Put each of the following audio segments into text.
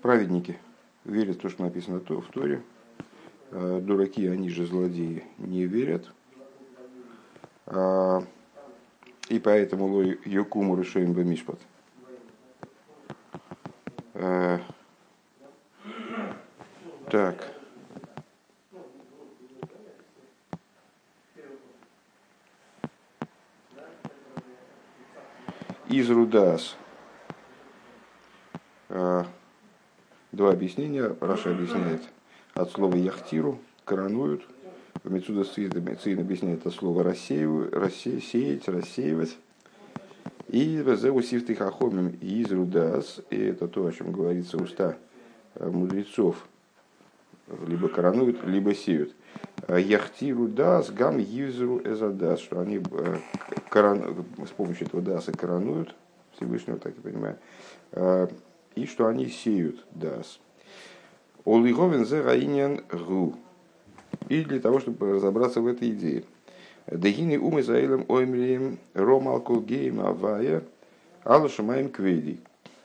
Праведники верят в то, что написано в Торе. Дураки, они же злодеи, не верят. И поэтому лой Йокуму решаем бемишпат. Так. Из Рудас. Два объяснения. Раша объясняет от слова яхтиру, коронуют. Мецуда Цин объясняет от слова сеять, рассеивать. И везеу сифты хахомим из Рудас. И это то, о чем говорится уста мудрецов. Либо коронуют, либо сеют. Яхтиру дас гам юзеру эзадас, что они с помощью этого даса коронуют Всевышнего, так я понимаю, и что они сеют дас. Олиговен зе раиньян гу. И для того, чтобы разобраться в этой идее. Дегини ум израилем оймрием ром алкол гейм авая алушамаем квейди.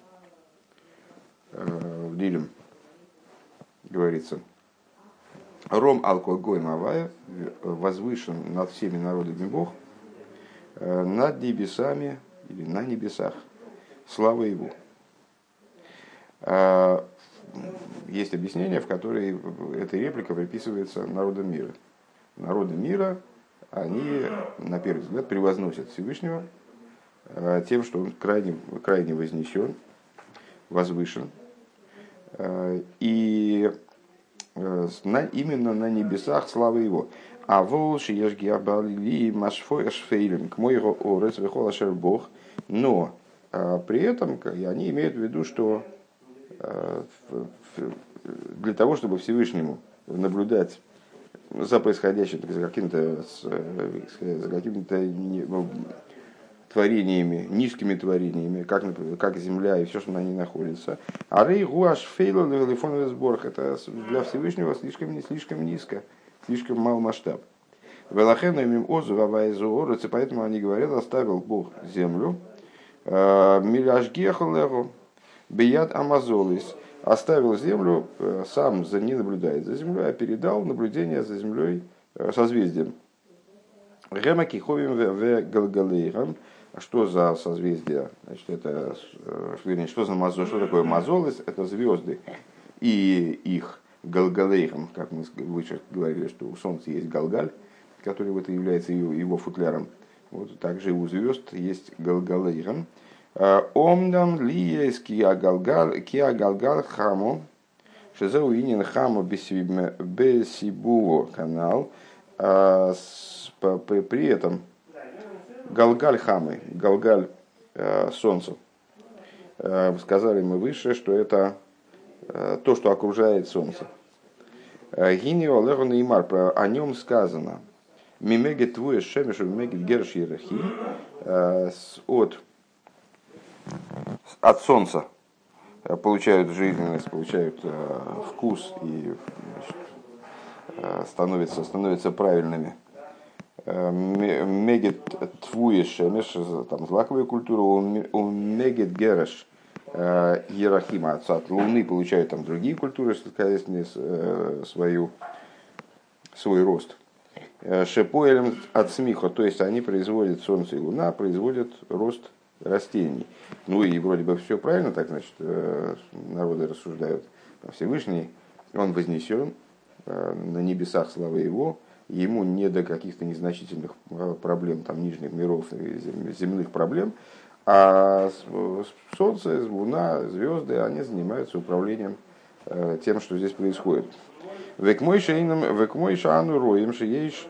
В Дилем говорится. Ром алкогойм авая, возвышен над всеми народами Бог, над небесами или на небесах, слава Его. Есть объяснение, в которой эта реплика приписывается народам мира. Народы мира, они, на первый взгляд, превозносят Всевышнего тем, что он крайне, крайне вознесен, возвышен. И именно на небесах слава Его. А волши ешгиабали машфой шфейлем к моего орец вехола шербох. Но при этом они имеют в виду, что для того, чтобы Всевышнему наблюдать за происходящим, за какими-то творениями, низкими творениями, как земля и все, что на ней находится. А рей гуаш фейло левелифоновый сбор, это для Всевышнего слишком низко, слишком мал масштаб. Велахену им озу вавайзу орец, и поэтому они говорят, оставил Бог землю, миляшгехалеру бияд амазолис, оставил землю, сам не наблюдает за землей, а передал наблюдение за землей созвездием. Гема киховим в галгалейрам. Что за созвездие? Значит, это, что за мазол? Что такое мазолис? Это звезды и их галгалейрам, как мы выше говорили, что у Солнца есть галгаль, который вот является его футляром. Вот также и у звезд есть галгалейрам. Омдам лиес киагалгал хаму шезеу инин хаму бесибуво канал. При этом галгаль хамы, галгаль солнца. Сказали мы выше, что это то, что окружает солнце. Гинио легон имар, о нем сказано. Мимегет твуе шемешу мимегет герш ерахи. От солнца получают жизненность, получают вкус и, значит, становятся правильными. Мегет твуе шемеш, там злаковая культура, у мегет гереш ерахима, от луны получают там другие культуры, соответственно, свой рост. Шепоэлем от смиха, то есть они производят, солнце и луна производят рост растений. Ну и вроде бы все правильно, так, значит, народы рассуждают. Всевышний, он вознесен, на небесах слава Его, ему не до каких-то незначительных проблем, там, нижних миров, земных проблем, а солнце, луна, звезды, они занимаются управлением тем, что здесь происходит. Век мой шану роем шееш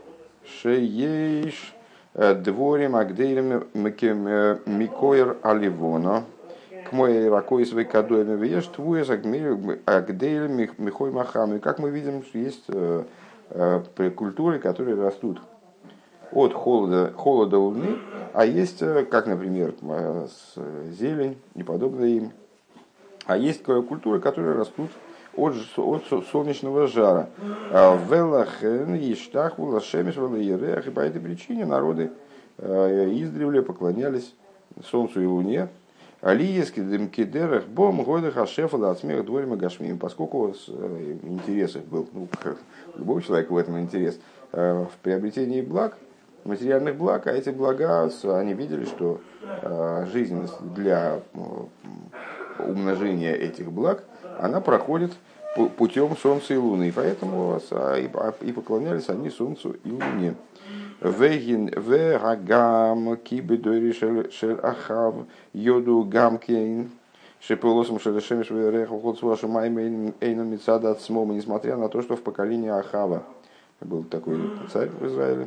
дворим агдейлем микоир аливона к моей ракой своей кадоями веш твуя агдейлем михой махам. И как мы видим, что есть культуры, которые растут от холода луны, а есть, как, например, зелень, не подобная им, а есть культуры, которые растут от солнечного жара. Велахен ештах вулашемиш валаерех. И по этой причине народы издревле поклонялись солнцу и луне. Алиески демкидерах бом годах ашефа от смех дворим гашмим. Поскольку интерес их был, ну, как любого человека в этом интерес, в приобретении благ, материальных благ, а эти блага, они видели, что жизненность для умножения этих благ, она проходит путем Солнца и Луны. И поэтому и поклонялись они Солнцу и Луне. Вегагам кибедори шель ахав йоду гамкейн шеполосом шелешем шверехал ходсуашу майм эйном мицада от смома, несмотря на то, что в поколении Ахава был такой царь в Израиле,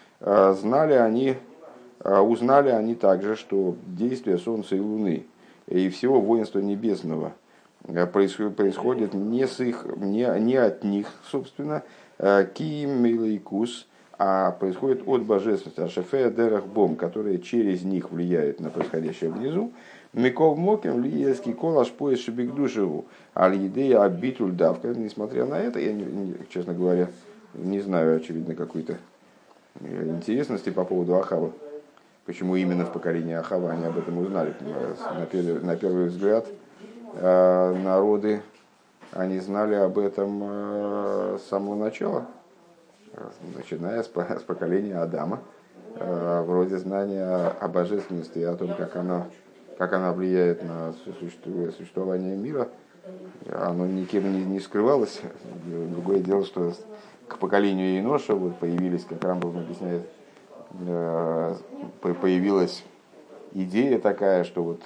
узнали они также, что действие Солнца и Луны и всего воинства небесного происходит не от них, собственно, киим милейкус, а происходит от божественности, ашефея дерах бом, которая через них влияет на происходящее внизу. Миков моким лиеский колаш пояс шебигдушеву, аль-едея абитуль давка. Несмотря на это, я, честно говоря, не знаю, очевидно, какой-то интересности по поводу Ахава. Почему именно в поколении Ахава они об этом узнали. На первый взгляд, народы, они знали об этом с самого начала, начиная с поколения Адама, вроде знания о божественности и о том, как она влияет на существование мира, оно никем не скрывалось. Другое дело, что к поколению Еноша вот появились, как Рамбам объясняет, появилась идея такая, что вот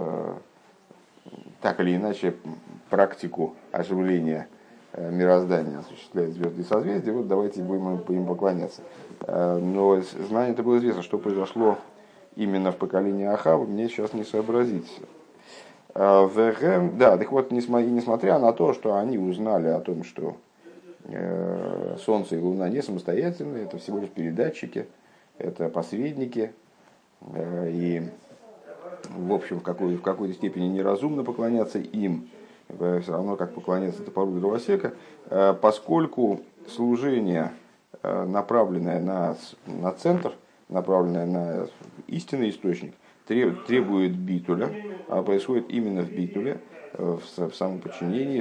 так или иначе практику оживления мироздания осуществляет звезды и созвездия, вот давайте будем им поклоняться. Но знание это было известно, что произошло именно в поколении Ахава, мне сейчас не сообразить. Да, так вот, несмотря на то, что они узнали о том, что Солнце и Луна не самостоятельны, это всего лишь передатчики, это посредники, и, в общем, в какой-то степени неразумно поклоняться им, все равно как поклоняться топору дровосека, поскольку служение, направленное на центр, направленное на истинный источник, требует битуля, а происходит именно в битуле, в самоподчинении,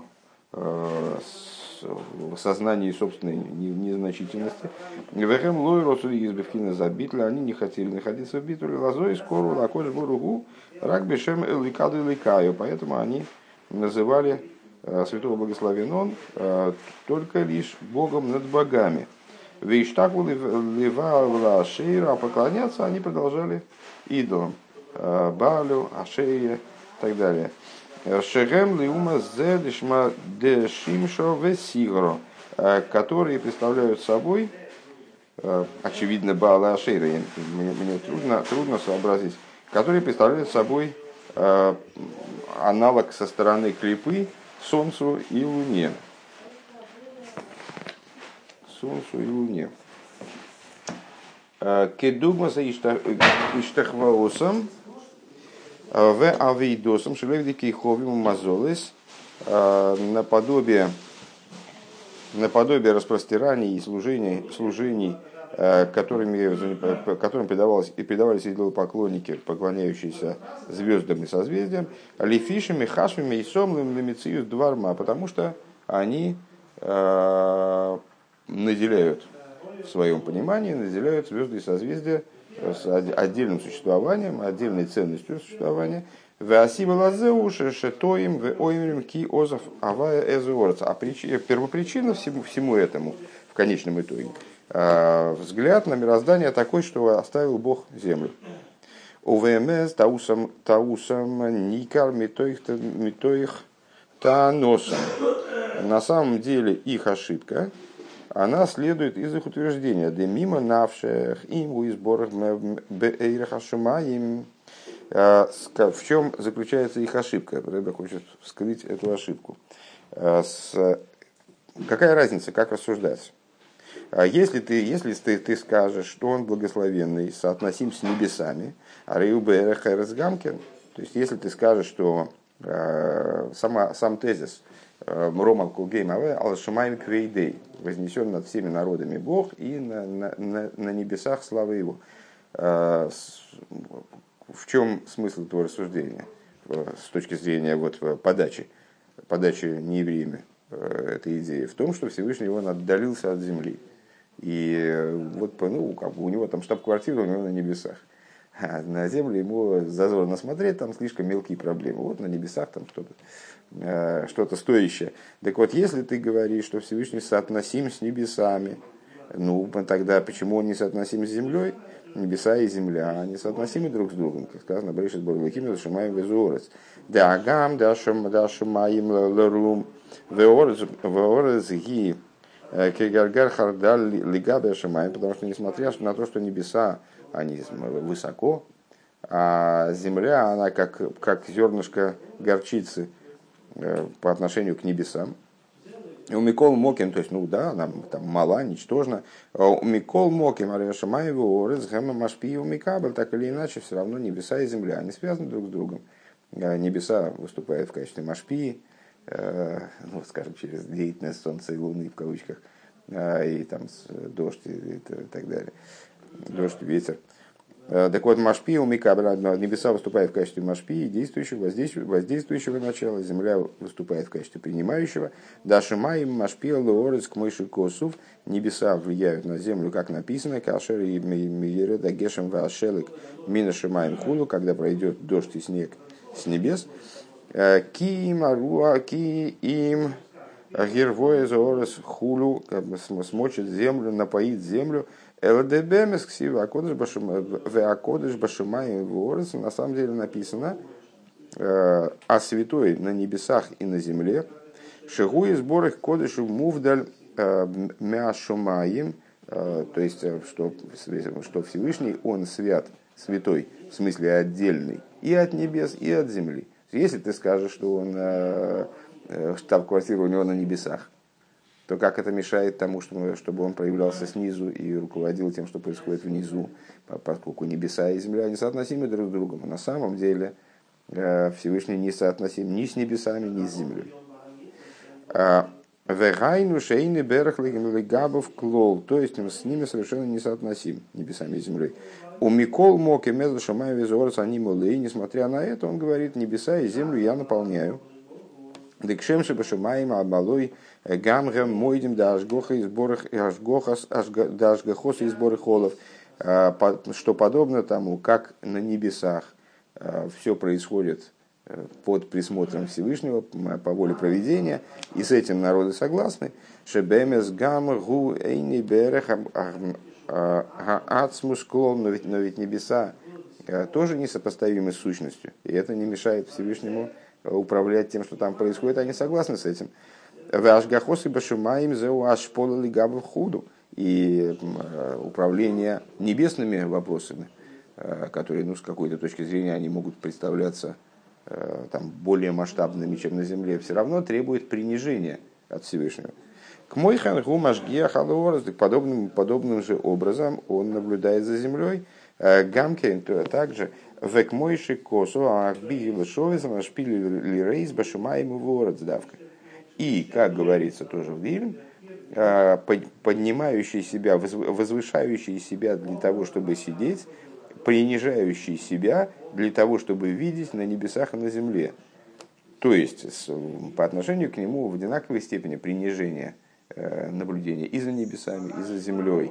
в сознании собственной незначительности. Вехем лой росули из бифхина за битля, они не хотели находиться в битуле, лазой скоро лакош буругу рак бешем эликаду эликаю, поэтому они называли святого благословен он только лишь Богом над богами. Вейштаку ливала шейра, а поклоняться они продолжали идолам, Баалю, Ашее и так далее. Шегем лиума зе дешимшо весигро, которые представляют собой, очевидно, Баала и Ашейра, мне трудно сообразить, которые представляют собой аналог со стороны клипы Солнцу и Луне. Солнцу и Луне. Кедугмаса иштахваосам в авейдосам шелевдики ховим мазолес, наподобие распростираний и служений, которым предавались идолопоклонники, поклоняющиеся звездам и созвездиям, лифишами, хашмами и сомлым лемициют дварма, потому что они наделяют в своем понимании, наделяют звезды и созвездия с отдельным существованием, отдельной ценностью существования. А первопричина всему этому в конечном итоге взгляд на мироздание такой, что оставил Бог землю. ОВМС таусам никар митоих таносам. На самом деле их ошибка, она следует из их утверждения. Де мимо навших им у изборах бейрахашумаим. В чем заключается их ошибка? Рэбе хочет вскрыть эту ошибку. Какая разница, как рассуждать? Если ты скажешь, что он благословенный, соотносим с небесами, то есть если ты скажешь, что сам тезис Роман Кулгейм Алшамайм Квейдей вознесен над всеми народами Бог и на небесах слава его. в чем смысл этого рассуждения с точки зрения вот, подачи неевреями этой идеи? В том, что Всевышний он отдалился от земли. И вот как бы у него там штаб-квартира у него на небесах. А на землю ему зазорно смотреть, там слишком мелкие проблемы. Вот на небесах там что-то стоящее. Так вот, если ты говоришь, что Всевышний соотносим с небесами, тогда почему он не соотносим с землей? Небеса и земля, они соотносимы друг с другом. Как сказано, Брешит Борлаким, Дашимаем Везуорец. Дагам, Дашимаем Ларум, Веорец Ги, Кегаргар Хардаль Лигабе Шимаем, потому что несмотря на то, что небеса, они высоко, а земля, она как зернышко горчицы по отношению к небесам. У Микол Моким, то есть, она там мала, ничтожна. У Микол Моким, Арешамаеву, Орез, Гэма Машпи, у Микабель, так или иначе, все равно небеса и земля, они связаны друг с другом. Небеса выступают в качестве Машпи, скажем, через деятельность Солнца и Луны, в кавычках, и там дождь и так далее. Дождь, ветер. Так вот, Машпи у Микабеля, небеса выступают в качестве Машпи, действующего, воздействующего начала, земля выступает в качестве принимающего. Дашимаим Машпи Луорец к Мойши Косув, небеса влияют на землю, как написано, Кашер и Миереда Гешем Вашелик Минашимаим Хулу, когда пройдет дождь и снег с небес. Киим Аруа Ки им Гервоя Заорес Хулу, смочит землю, напоит землю. ЛДБМС ксива акодыш башимай ворец, на самом деле написано о святой на небесах и на земле. Шигу и сбор их кодышу мувдаль мяшумаим, то есть что Всевышний он свят, святой, в смысле отдельный и от небес, и от земли. Если ты скажешь, что он штаб-квартира у него на небесах, то как это мешает тому, чтобы он проявлялся снизу и руководил тем, что происходит внизу, поскольку небеса и земля не соотносимы друг с другом. На самом деле Всевышний не соотносим ни с небесами, ни с землей. Вегайну шейны берахлигим лигабов клол, то есть с ними совершенно не соотносим, небесами и землей. У Микол Моки между Шамай Визуорс они молы, несмотря на это, он говорит, небеса и землю я наполняю. Декшемши башимаим абалой гамгам мойдим дашгоха и сборах дашгохос и сборы холов, что подобно тому, как на небесах все происходит под присмотром Всевышнего по воле провидения, и с этим народы согласны. Шебемес гам гу эйни берех ацмусклон, но ведь небеса тоже несопоставимы с сущностью, и это не мешает Всевышнему управлять тем, что там происходит, они согласны с этим. И управление небесными вопросами, которые, с какой-то точки зрения, они могут представляться там, более масштабными, чем на земле, все равно требует принижения от Всевышнего. К мойхан гумашгия халорос, подобным же образом он наблюдает за землей. Гамкен также век мойши косу ахбигил шовесом ашпили рейс башимаем ворот сдавка. И, как говорится тоже в Вильм, поднимающий себя, возвышающий себя для того, чтобы сидеть, принижающий себя для того, чтобы видеть на небесах и на земле. То есть, по отношению к нему в одинаковой степени принижения наблюдения и за небесами, и за землей,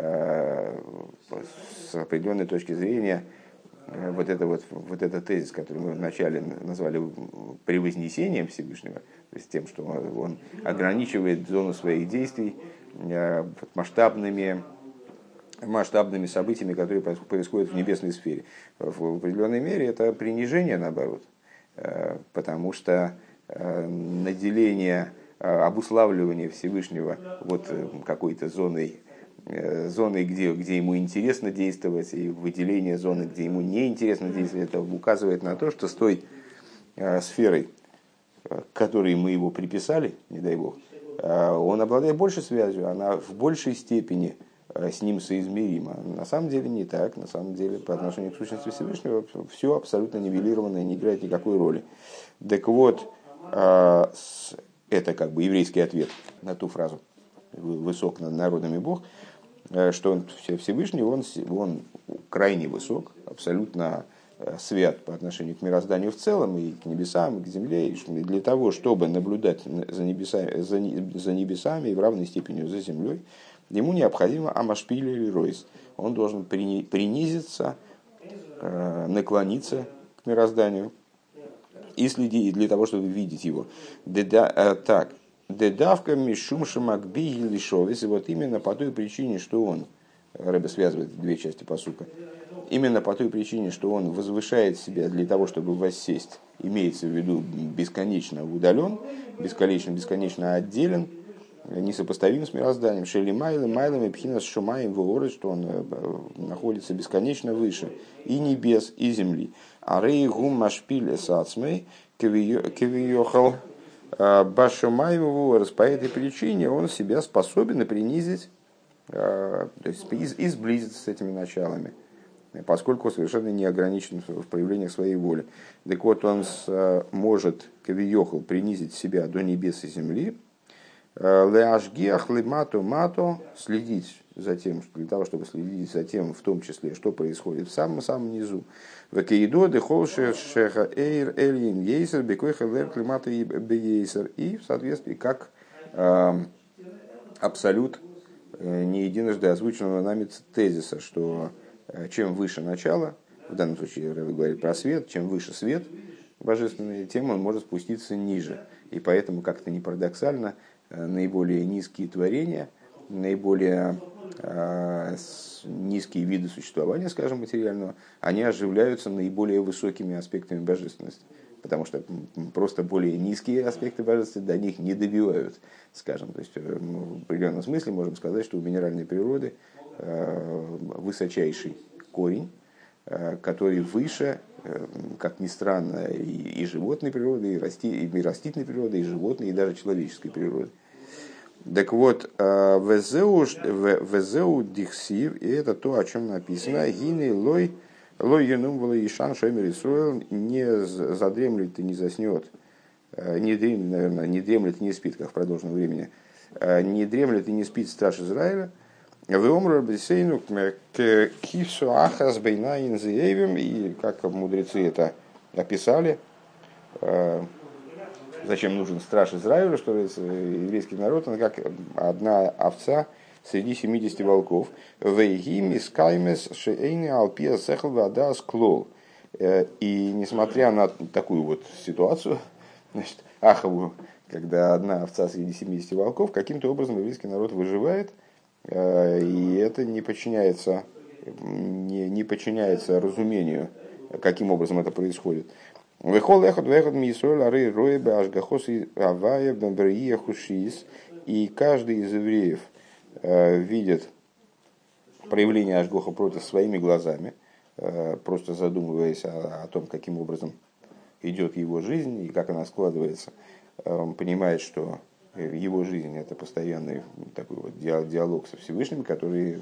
с определенной точки зрения, вот этот тезис, который мы вначале назвали превознесением Всевышнего, то есть тем, что он ограничивает зону своих действий масштабными событиями, которые происходят в небесной сфере. В определенной мере это принижение, наоборот, потому что наделение, обуславливание Всевышнего какой-то зоной, где ему интересно действовать, и выделение зоны, где ему не интересно действовать, это указывает на то, что с той сферой, к которой мы его приписали, не дай бог, он обладает большей связью, она в большей степени с ним соизмерима. На самом деле не так, на самом деле по отношению к сущности Всевышнего все абсолютно нивелировано и не играет никакой роли. Так вот, это как бы еврейский ответ на ту фразу «высок над народами Бог», что Всевышний, он крайне высок, абсолютно свят по отношению к мирозданию в целом, и к небесам, и к земле, и для того, чтобы наблюдать за небесами и в равной степени за землей, ему необходимо амашпиль или ройс. Он должен принизиться, наклониться к мирозданию и следить для того, чтобы видеть его. Так, дедавка мишум шамакби лишовис, и вот именно по той причине, что он, Рэбе связывает две части пасука, именно по той причине, что он возвышает себя для того, чтобы воссесть, имеется в виду бесконечно удален, бесконечно отделен, несопоставим с мирозданием. Шели майлом и пхинас шумаем вуоры, что он находится бесконечно выше и небес, и земли. А рей гум машпиль сацмей кевиохал башумаем вуоры. По этой причине он себя способен принизить, то есть и сблизиться с этими началами, поскольку совершенно не ограничен в проявлениях своей воли. Так вот, он может кевиохал принизить себя до небес и земли, леашгиах лимато мато, следить за тем, для того, чтобы следить за тем, в том числе, что происходит в самом низу. Векеидо дехолше шеха эйр эльин ейсер бекойха лер климата и бейсер. И в соответствии, как абсолют не единожды озвученного нами тезиса, что чем выше начало, в данном случае Рэбе говорит про свет, чем выше свет божественный, тем он может спуститься ниже. И поэтому, как-то не парадоксально, наиболее низкие творения, наиболее низкие виды существования, скажем, материального, они оживляются наиболее высокими аспектами божественности. Потому что просто более низкие аспекты божественности до них не добивают, скажем. То есть в определенном смысле можем сказать, что у минеральной природы высочайший корень, который выше, как ни странно, и животной природы, и растительной природы, и животной, и даже человеческой природы. Так вот, везеу дихсив, и это то, о чем написано, гины лой енум вала ишан шоймер Исруэл, не задремлет и не заснет, не дремлет и не спит, как в продолженном времени, не дремлет и не спит страж Израиля. И как мудрецы это описали, зачем нужен страж Израиля, что еврейский народ, он как одна овца среди 70 волков. И несмотря на такую вот ситуацию, значит, аховую, когда одна овца среди 70 волков, каким-то образом еврейский народ выживает, и это не подчиняется разумению, каким образом это происходит. И каждый из евреев видит проявление Ашгоха против своими глазами, просто задумываясь о том, каким образом идет его жизнь и как она складывается. Он понимает, что его жизнь — это постоянный такой вот диалог со Всевышним, который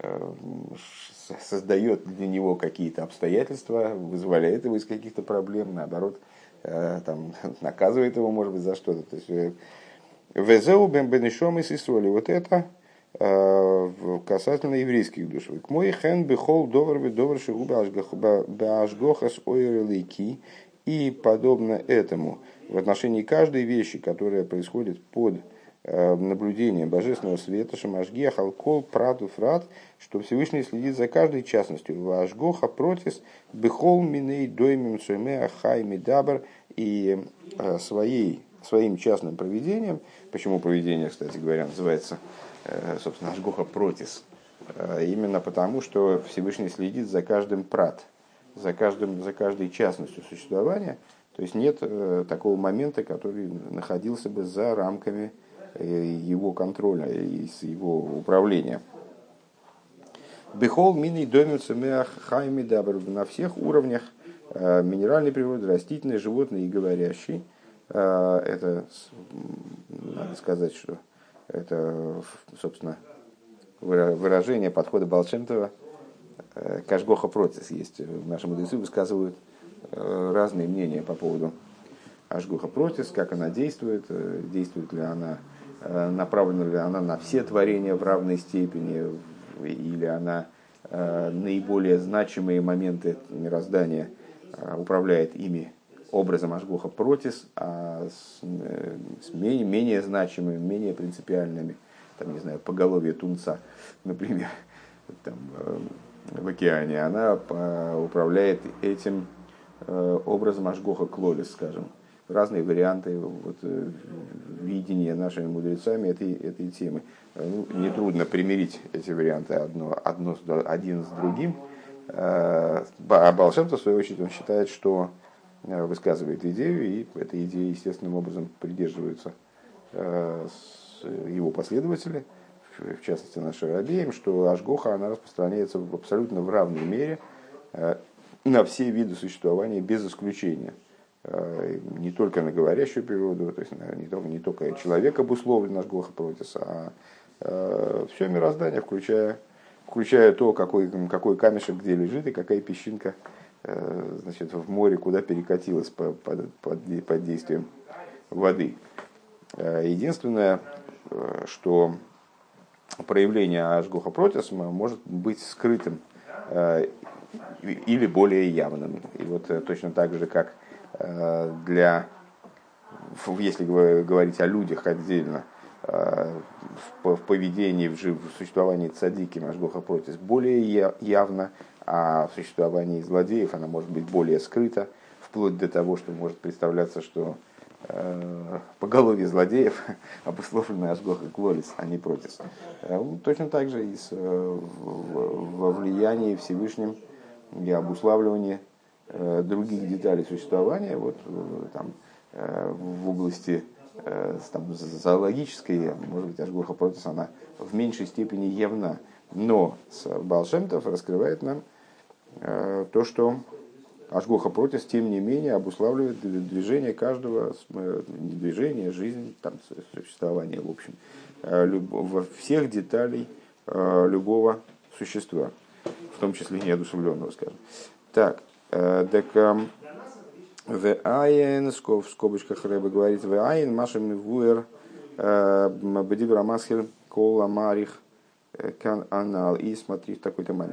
создает для него какие-то обстоятельства, вызволяет его из каких-то проблем, наоборот, там, наказывает его, может быть, за что-то. То есть «Везеу бенешом из Исроли». Вот это касательно еврейских душ. «К мой хэн бихол довар шигу беашгохас ойрелейки». И подобно этому в отношении каждой вещи, которая происходит под наблюдением божественного света, шамашгия халкол прату фрат, что Всевышний следит за каждой частностью. Вашгоха протис бихол миней доймим суэме ахай мидабр. И своим частным провидением, почему провидение, кстати говоря, называется, собственно, ашгоха протис, именно потому, что Всевышний следит за каждым прат, за каждой частностью существования. То есть нет такого момента, который находился бы за рамками его контроля и его управления. Бехол мини домица хайми дабр, на всех уровнях минеральной природы, растительной, животной и говорящей. Это, надо сказать, что это, собственно, выражение подхода Баал Шем Това к Ашгоха протис. Есть, наши мудрецы высказывают разные мнения по поводу Ашгоха протис, как она действует ли она, направлена ли она на все творения в равной степени, или она наиболее значимые моменты мироздания управляет ими образом Ашгоха Протис, а с менее значимыми, менее принципиальными, там, не знаю, поголовье тунца, например, там, в океане, она управляет этим образом Ашгоха Клолис, скажем. Разные варианты вот, видения нашими мудрецами этой темы. Ну, нетрудно примирить эти варианты один с другим. А Баал Шем Тов, в свою очередь, он считает, что высказывает идею, и этой идеи естественным образом придерживаются его последователи, в частности наши рабеем, что Ашгоха она распространяется абсолютно в равной мере на все виды существования без исключения. Не только на говорящую природу, то есть не только человек обусловлен Ашгоха Протис, а все мироздание, включая то, какой камешек где лежит и какая песчинка, значит, в море куда перекатилась под действием воды. Единственное, что проявление Ашгоха Протис может быть скрытым или более явным. И вот точно так же, как если говорить о людях отдельно, в поведении, в существовании цадики Ашгоха Протис более явно, а в существовании злодеев она может быть более скрыта, вплоть до того, что может представляться, что поголовье злодеев обусловлено Ашгоха Клолис, а не Протис. Точно так же и во влиянии Всевышним и обуславливании других деталей существования, вот, там, в области там, зоологической, может быть, Ашгоха Протис, она в меньшей степени явна. Но Баал Шем Тов раскрывает нам то, что Ашгоха Протис, тем не менее, обуславливает движение каждого, движение, жизнь, там, существование, в общем, во всех деталей любого существа, в том числе неодушевленного, скажем. Так, так в скобочках Рэбе говорит, в айн машем вуэр бедибра масхер кола марих кан анал, и смотри в такой-то момент.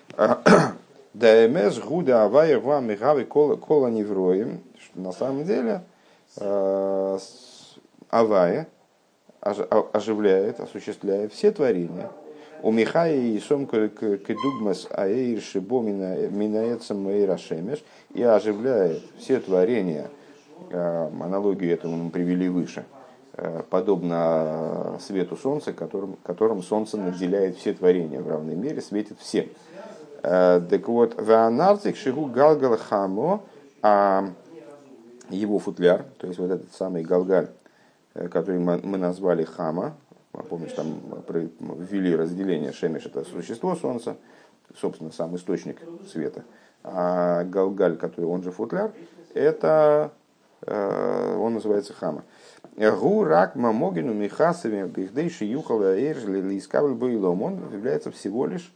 ДМС гуда авая вам мигави кола невроем. На самом деле авая оживляет, осуществляет все творения. У Михая и сом кедугмас аэйр шибо минаецам мэйра шемеш, и оживляет все творения. Аналогию этому мы привели выше. Подобно свету солнца, которым солнце наделяет все творения в равной мере, светит всем. Так вот, ваанарцик шигу галгал хамо, а его футляр, то есть вот этот самый галгаль, который мы назвали хама, помнишь, там ввели разделение, шемеш это существо солнца, собственно, сам источник света, а галгаль, который он же футляр, это он называется хама. Гу рак мамогину михасами бихдейши юхала эржли лискавль боилом, он является всего лишь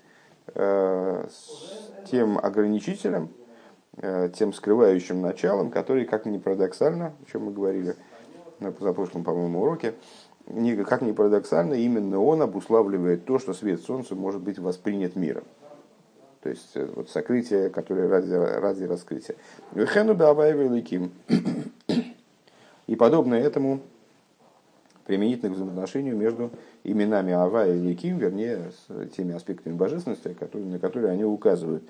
тем ограничителем, тем скрывающим началом, который, как ни парадоксально, о чем мы говорили на позапрошлом, по-моему, уроке, как ни парадоксально, именно он обуславливает то, что свет солнца может быть воспринят миром. То есть вот сокрытие, которое ради раскрытия. И подобно этому применительно к взаимоотношению между именами Ава и Ликим, вернее, с теми аспектами божественности, на которые они указывают.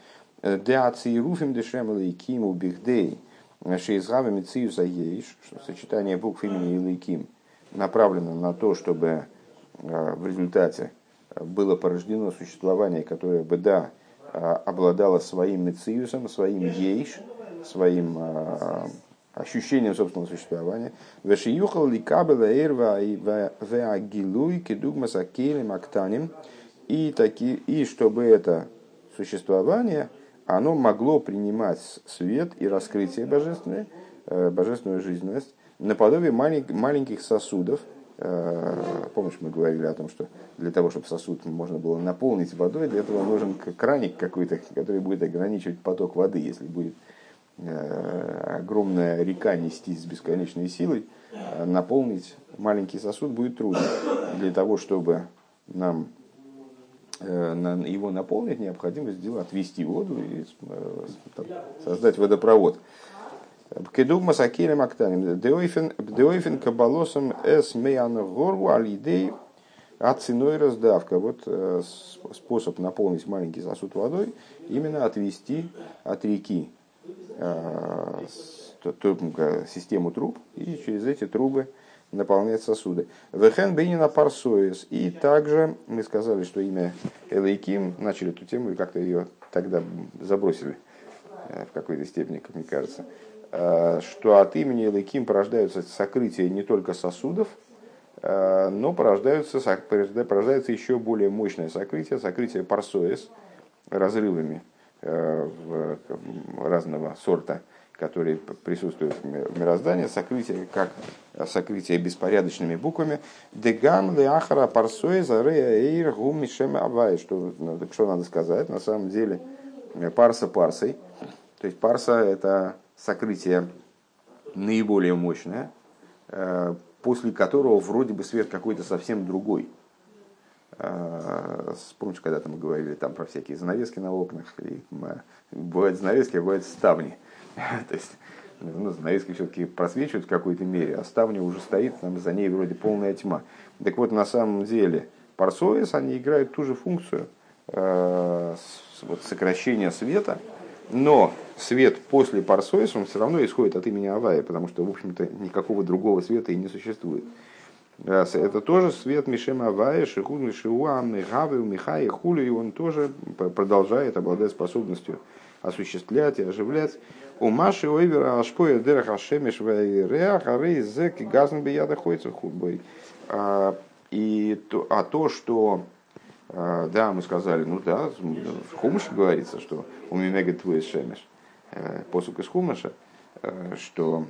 Сочетание букв имени Илайким направлено на то, чтобы в результате было порождено существование, которое бы, да, обладало своим мециусом, своим ейш, своим ощущением собственного существования. Вешиюхал ликабела эрва и веагилуй кедугмас акелем актаним. И чтобы это существование, оно могло принимать свет и раскрытие божественное, божественную жизненность, наподобие маленьких сосудов. Помнишь, мы говорили о том, что для того, чтобы сосуд можно было наполнить водой, для этого нужен краник какой-то, который будет ограничивать поток воды. Если будет огромная река нестись с бесконечной силой, наполнить маленький сосуд будет трудно. Для того, чтобы нам его наполнить, необходимо отвести воду и создать водопровод. Кедуг масакелем мактаним. Деойфен кабалосом эс меян горгу алидей ациной раздавка. Вот способ наполнить маленький сосуд водой, именно отвести от реки систему труб, и через эти трубы наполнять сосуды. Вехен бейнина парсоис. И также мы сказали, что имя Элейким, начали эту тему и как-то ее тогда забросили в какой-то степени, как мне кажется, что от имени Элейким порождаются сокрытия не только сосудов, но порождается еще более мощное сокрытие парсоис, разрывами разного сорта, которые присутствуют в мироздании, сокрытие, как сокрытие беспорядочными буквами. Дегам леахара парсой зарея эйр гум мишем авай. Что надо сказать? На самом деле парса парсой. То есть парса — это сокрытие наиболее мощное, после которого вроде бы свет какой-то совсем другой. Помнишь, когда-то мы говорили там про всякие занавески на окнах, и бывают занавески, а бывают ставни. То есть, занавески все-таки просвечивают в какой-то мере, а ставня уже стоит, там за ней вроде полная тьма. Так вот, на самом деле, парсоис, они играют ту же функцию сокращения света, но свет после парсоис, он все равно исходит от имени Авая, потому что, в общем-то, никакого другого света и не существует. Это тоже свет Мишем Авая, Шихун, Мишиуам, Михавы, Михай, Хули, и он тоже продолжает обладать способностью осуществлять и оживлять. У Маши Ойвера Ашпоя Дерех Ашемеш Вайреах Арей Зек и Газн Бияда Хойцев Худбой. То, что да, мы сказали, в Хумаше говорится, что у Мимега Твой Шемеш, посук из Хумаша, что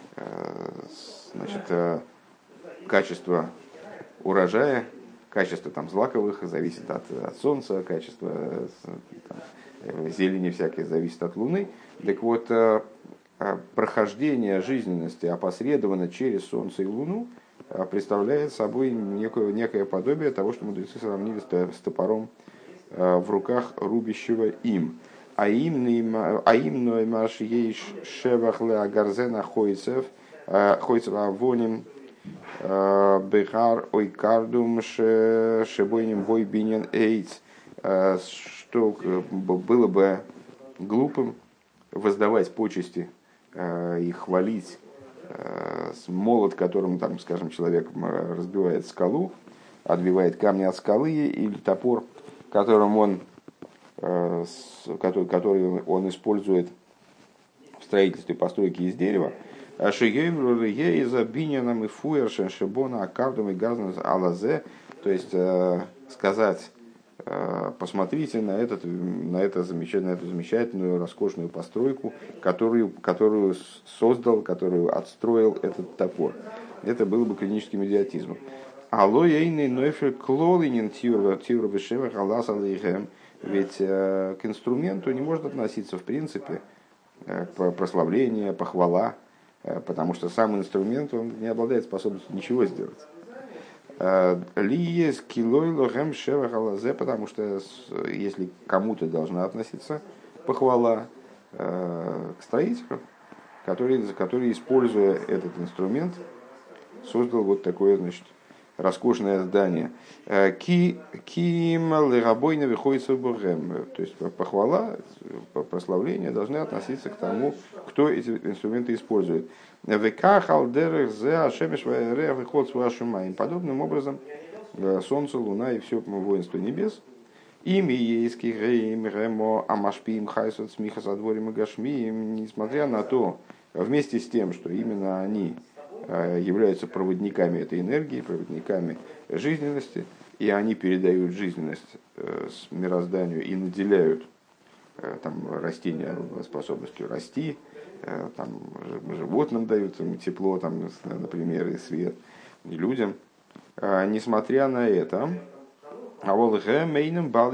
значит, качество урожая, качество там злаковых зависит от солнца, качество зелени всякой зависит от луны. Так вот, прохождение жизненности опосредованно через солнце и луну представляет собой некое подобие того, что мудрецы сравнили с топором в руках рубящего им. Аим ноймаш ейш шевах леагарзена хойцев авоним бехар ойкардум шебойним войбинен эйц. Что было бы глупым воздавать почести и хвалить молот, которым, там, скажем, человек разбивает скалу, отбивает камни от скалы, или топор, который он использует в строительстве постройки из дерева. То есть сказать: посмотрите на эту замечательную, роскошную постройку, которую создал, которую отстроил этот топор. Это было бы клиническим идиотизмом. Ведь к инструменту не может относиться, в принципе, прославление, похвала, потому что сам инструмент, он не обладает способностью ничего сделать. Потому что если кому-то должна относиться похвала к строителю, который, используя этот инструмент, создал вот такое, значит, роскошное здание. То есть похвала, прославление должны относиться к тому, кто эти инструменты использует. Подобным образом солнце, луна и все воинство небес, несмотря на то, вместе с тем, что именно они являются проводниками этой энергии, проводниками жизненности, и они передают жизненность мирозданию и наделяют там, растения способностью расти, там, животным дают тепло, там, например, и свет, и людям. Несмотря на это, они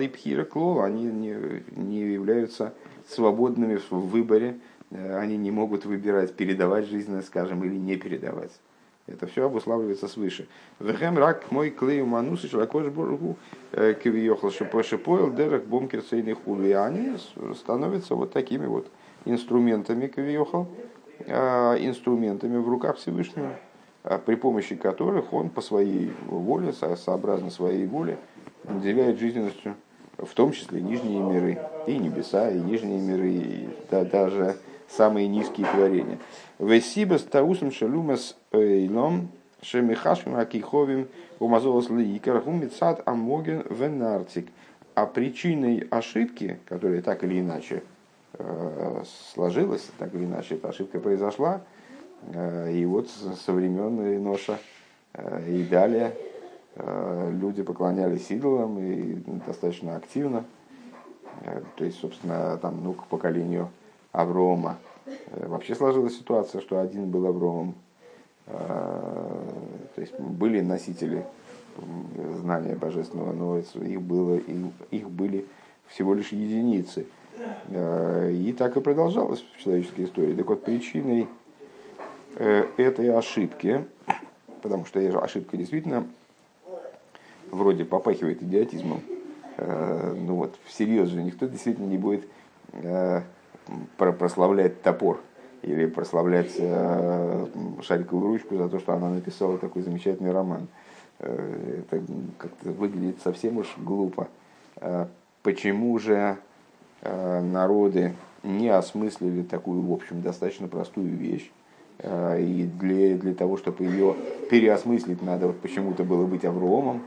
не являются свободными в выборе, они не могут выбирать, передавать жизненность, скажем, или не передавать. Это все обуславливается свыше. Вехем рак мой клею манусы шелакош бургу кивиохал шипоил дерек бункер сейных хули. Они становятся вот такими вот инструментами кивиохал, инструментами в руках Всевышнего, при помощи которых он по своей воле, сообразно своей воле, наделяет жизненностью, в том числе нижние миры, и небеса, и нижние миры, и даже самые низкие творения. Весибас таусом шалумас эйлом шемихашим акиховим умазолос лиикар гумицад амоген венартик. А причиной ошибки, которая так или иначе сложилась, так или иначе эта ошибка произошла, и вот со времен Еноша и далее люди поклонялись идолам и достаточно активно. То есть, собственно, там, к поколению Аврома вообще сложилась ситуация, что один был Авромом. То есть были носители знания божественного, но их были всего лишь единицы. И так и продолжалось в человеческой истории. Так вот, причиной этой ошибки, потому что ошибка действительно вроде попахивает идиотизмом, ну вот всерьез же никто действительно не будет прославлять топор или прославлять шариковую ручку за то, что она написала такой замечательный роман. Это как-то выглядит совсем уж глупо. Почему же народы не осмыслили такую, в общем, достаточно простую вещь? И для того, чтобы ее переосмыслить, надо вот почему-то было быть Авромом,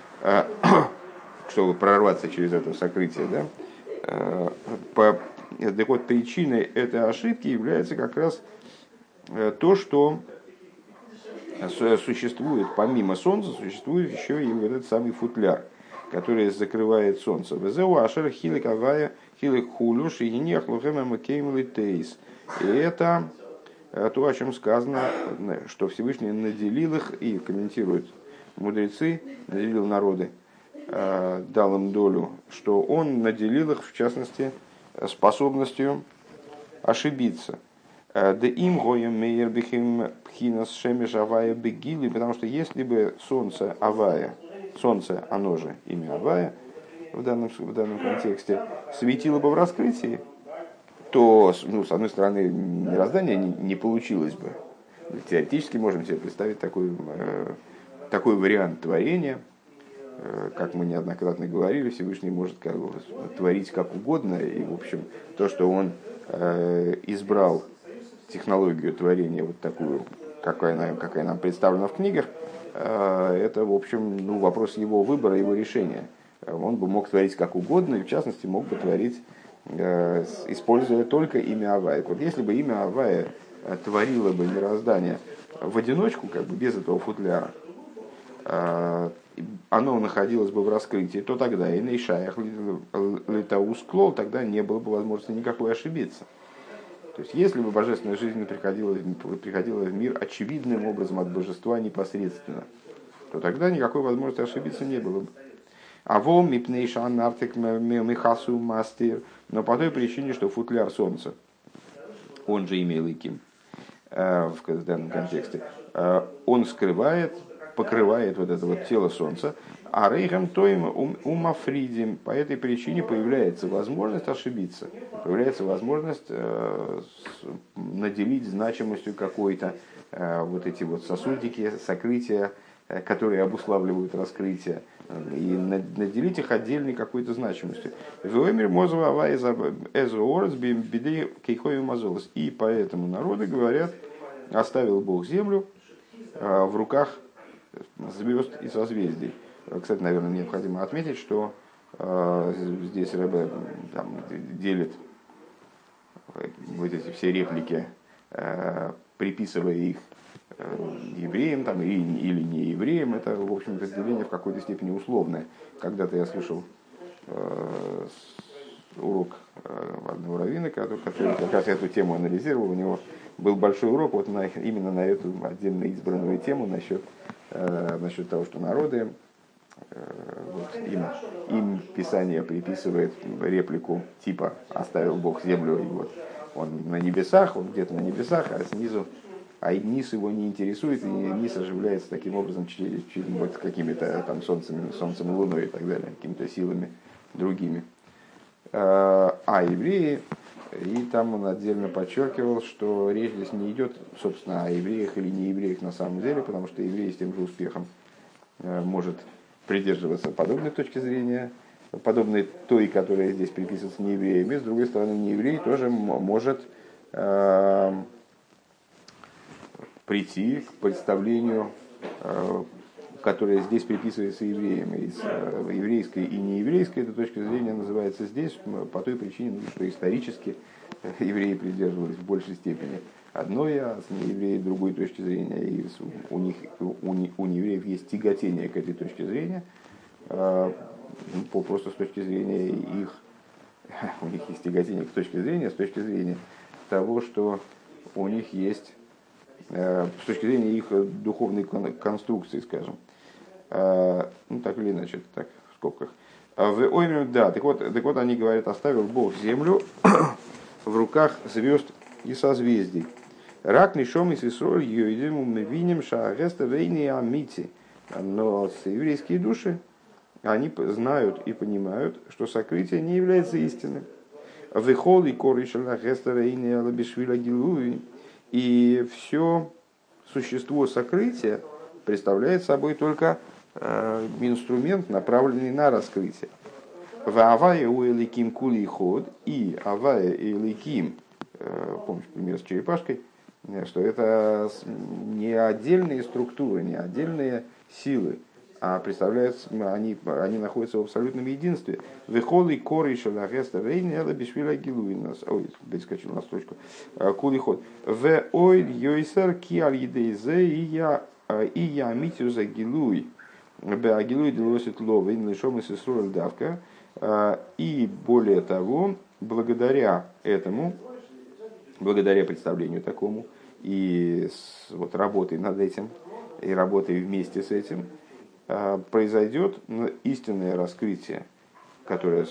чтобы прорваться через это сокрытие. Да? Так вот, причиной этой ошибки является как раз то, что существует, помимо Солнца, существует еще и вот этот самый футляр, который закрывает Солнце. И это то, о чем сказано, что Всевышний наделил их, и комментируют мудрецы, наделил народы, дал им долю, что он наделил их, в частности, способностью ошибиться. Да им гоем мейер бихим пхинас шемеш авая бегили, потому что если бы солнце авая, солнце, оно же имя авая в данном контексте, светило бы в раскрытии, то, ну, с одной стороны, мироздание не получилось бы. Теоретически можем себе представить такой вариант творения, как мы неоднократно говорили, Всевышний может творить как угодно, и, в общем, то, что он избрал технологию творения вот такую, какая нам представлена в книгах, это, в общем, ну, вопрос его выбора, его решения. Он бы мог творить как угодно, и, в частности, мог бы творить, используя только имя Авая. Вот если бы имя Авая творило бы мироздание в одиночку, как бы без этого футляра, оно находилось бы в раскрытии, то тогда и нейшаях летаус клол, тогда не было бы возможности никакой ошибиться. То есть, если бы божественная жизнь приходила в мир очевидным образом от божества непосредственно, то тогда никакой возможности ошибиться не было бы. А вом мипнейшан артек михасу мастер, но по той причине, что футляр солнца, он же имя Элоким в данном контексте, он покрывает вот это вот тело солнца, а рейхам тоим умафридим, по этой причине появляется возможность ошибиться, появляется возможность наделить значимостью какой-то вот эти вот сосудики, сокрытия, которые обуславливают раскрытие, и наделить их отдельной какой-то значимостью. И поэтому народы говорят, оставил Бог землю в руках звезд и созвездий. Кстати, наверное, необходимо отметить, что здесь Ребе делит вот эти все реплики, приписывая их евреям там, или не евреям. Это, в общем, разделение в какой-то степени условное. Когда-то я слышал урок одного раввина, который как раз эту тему анализировал. У него был большой урок вот именно на эту отдельно избранную тему насчет того, что народы, вот, им Писание приписывает реплику типа «оставил Бог землю, и вот он на небесах, он где-то на небесах, а а низ его не интересует, и низ оживляется таким образом вот какими-то там солнцем и луной и так далее, какими-то силами другими. А евреи, и там он отдельно подчеркивал, что речь здесь не идет, собственно, о евреях или не евреях на самом деле, потому что еврей с тем же успехом может придерживаться подобной точки зрения, подобной той, которая здесь приписывается неевреями. С другой стороны, нееврей тоже может прийти к представлению, которое здесь приписывается евреям. Из еврейской и нееврейской этой точки зрения называется здесь по той причине, что исторически евреи придерживались в большей степени одной, а с неевреи другой точки зрения. И у неевреев есть тяготение к этой точке зрения, просто с точки зрения их, у них есть тяготение к точке зрения, с точки зрения того, что у них есть, с точки зрения их духовной конструкции, скажем. Ну, так или иначе, так, в скобках. Да, так вот они говорят, оставил Бог землю в руках звезд и созвездий. Рак нишом и сисроль йойдему мы видим шаагеста вейни амити. Но еврейские души, они знают и понимают, что сокрытие не является истинным. Вехол и коришела геста вейни алабишвила гилуи. И все существо сокрытия представляет собой только инструмент, направленный на раскрытие. В авае у эликим кули ход, и авае и эликим, помнишь пример с черепашкой, что это не отдельные структуры, не отдельные силы, а представляются, они находятся в абсолютном единстве. Вехолы коры шалагеста рейни это бишвила гилуинас. Ой, перескочил на строчку. Кули ход. В ой йойсер ки аль едейзе и я митюза гилуй. Беагилуй делосит ловин лишом из исруэль давка. И более того, благодаря этому, благодаря представлению такому, и вот работой над этим, и работой вместе с этим, произойдет истинное раскрытие, которое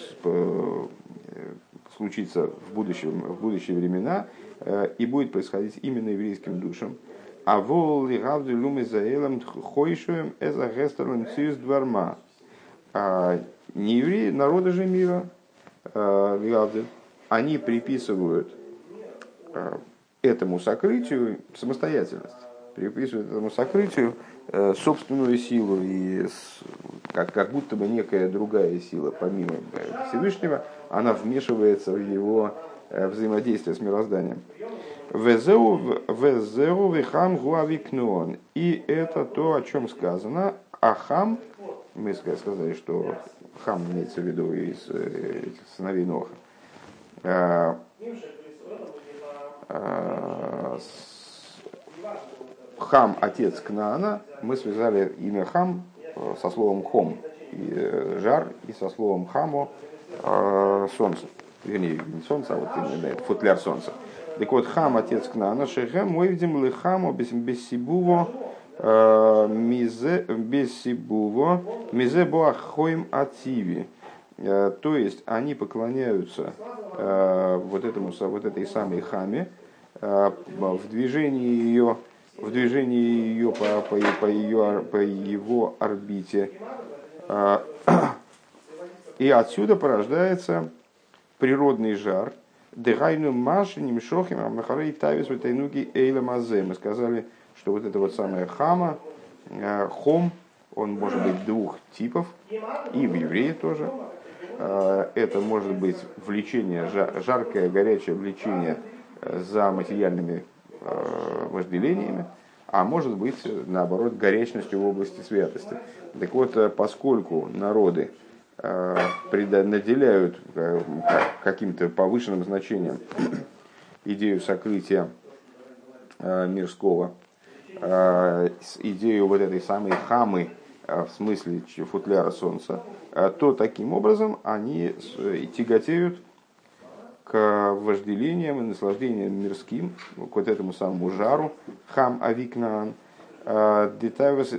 случится в будущие времена, и будет происходить именно еврейским душам. А вол ли гавду люми заэлем хойшуем эза гестерлем цюс дварма. Не евреи, народы же мира, они приписывают этому сокрытию самостоятельность, приписывают этому сокрытию собственную силу, и как будто бы некая другая сила, помимо Всевышнего, она вмешивается в его взаимодействие с мирозданием. Везеу вихам гуавикнон. И это то, о чем сказано. А хам, мы сказали, что хам имеется в виду из сыновей Ноха. Хам, отец Кнаана, мы связали имя Хам со словом Хом, и жар, и со словом Хамо солнце. Вернее, не солнце, а вот именно это, футляр солнца. Так вот, Хам, отец Кнаана, Шехем, мы видим Лихамо бессибуво, мизе боахоим ативи. То есть они поклоняются вот этой самой Хаме в движении ее по его орбите. И отсюда порождается природный жар. Дыхайну маши немшохим амахарей тавис ватайнуги эйла мазе. Мы сказали, что вот это вот самое хама, хом, он может быть двух типов, и в евреи тоже. Это может быть влечение, жаркое, горячее влечение за материальными вожделениями, а может быть, наоборот, горячностью в области святости. Так вот, поскольку народы наделяют каким-то повышенным значением идею сокрытия мирского, идею вот этой самой хамы, в смысле футляра солнца, то таким образом они тяготеют к вожделениям и наслаждениям мирским, к вот этому самому жару, хам авикнан, детайвес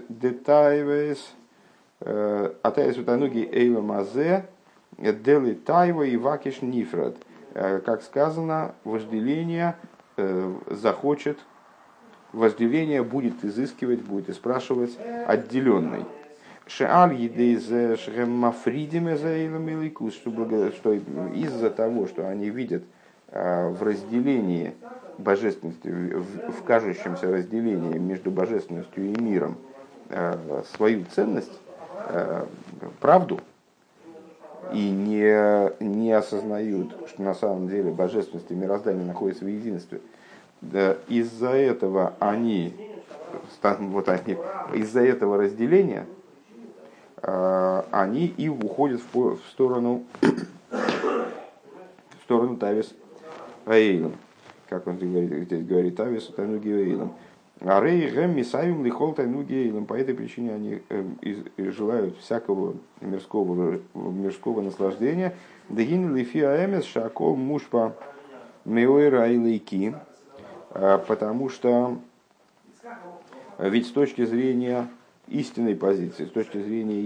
атайвес утануги эйва мазе, дели тайва и вакиш нифрад. Как сказано, вожделение захочет возделение будет изыскивать, будет и спрашивать отделенной. Шеаль едейз шемафридиме заилам иликус, что из-за того, что они видят в разделении божественности, в кажущемся разделении между божественностью и миром свою ценность, правду, и не осознают, что на самом деле божественность и мироздание находятся в единстве. Да, из-за этого из-за этого разделения они и уходят в сторону Тавис Аэйлом, как он здесь говорит, Тавис Тайнуги Аэйлом. А Рей Гэм Мисавим Лихол Тайнуги Аэйлом. По этой причине они желают всякого мирского наслаждения. Дагин Лифи Аэмес Шакол Мушпа Меойра Айлейки. Потому что ведь с точки зрения истинной позиции, с точки зрения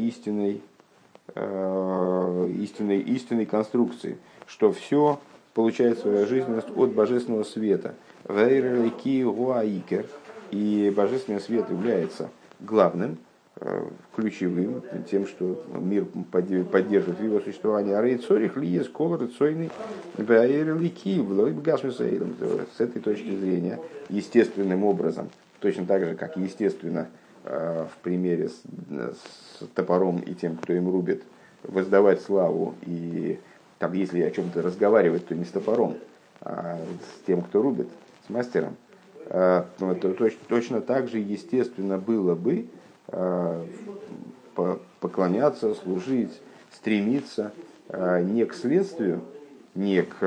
истинной конструкции, что все получает свою жизненность от божественного света. И божественный свет является главным, ключевым, тем, что мир поддерживает его существование. А рейцорих ли есть колор цойный баэрлики с этой точки зрения естественным образом, точно так же, как естественно в примере с топором и тем, кто им рубит, воздавать славу, и там, если о чем-то разговаривать, то не с топором, а с тем, кто рубит, с мастером, то точно так же естественно было бы поклоняться, служить, стремиться не к следствию, не к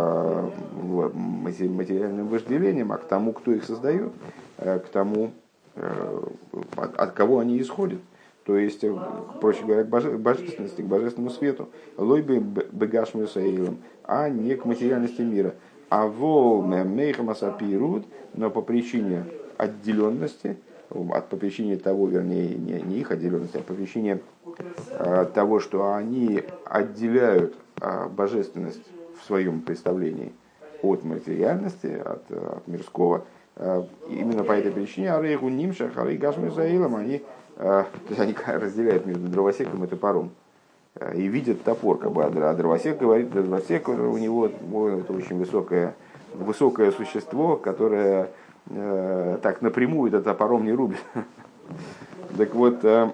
материальным вожделениям, а к тому, кто их создает, к тому, от кого они исходят. То есть, проще говоря, к божественности, к божественному свету. Лойбе бегашмю саилом, а не к материальности мира. А во мейхам асапируд, но по причине отделенности, по причине того, вернее, не их отделенности, а по причине того, что они отделяют божественность в своем представлении от материальности, от мирского. Именно по этой причине арейгу нимшах, арей гашмю саилом, они разделяют между дровосеком и топором. И видят топор, как бы, а дровосек говорит, дровосек у него это очень высокое существо, которое так напрямую это топором не рубит. Так вот,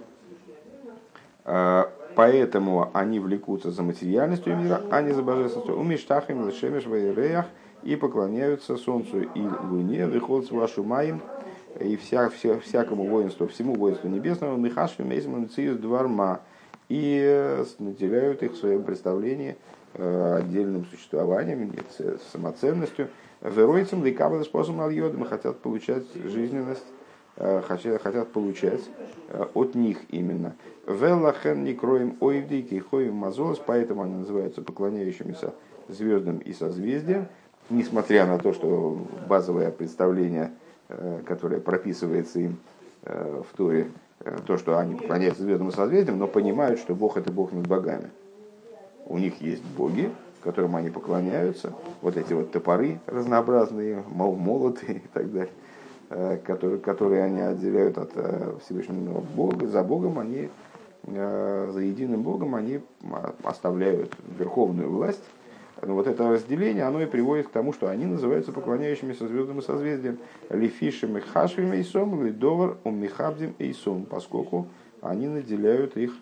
поэтому они влекутся за материальностью мира, а не за божественностью. Умиштахим лешемеш ваиреях, и поклоняются солнцу и луне, выход с вашу маем, и всякому воинству, всему воинству небесному, михашвим эйзман циюс дварма, и наделяют их в своем представлении отдельным существованием, самоценностью. Веройцем лейкабл способом альйодом, хотят получать жизненность, хотят получать от них именно. Веллахен не кроем ойвди кейхоем мазолос, поэтому они называются поклоняющимися звездам и созвездиям, несмотря на то, что базовое представление, которое прописывается им в Торе, то, что они поклоняются звездам и созвездиям, но понимают, что Бог — это Бог над богами. У них есть боги, которым они поклоняются, вот эти вот топоры разнообразные, молоты и так далее, которые они отделяют от Всевышнего Бога. За Богом они, за единым Богом они оставляют верховную власть. Но вот это разделение, оно и приводит к тому, что они называются поклоняющимися звездам и созвездиям. Лифишем и хашвим эйсом, лидовар умихабдим эйсом, поскольку они наделяют их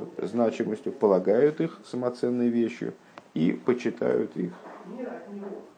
значимостью, полагают их самоценной вещью и почитают их.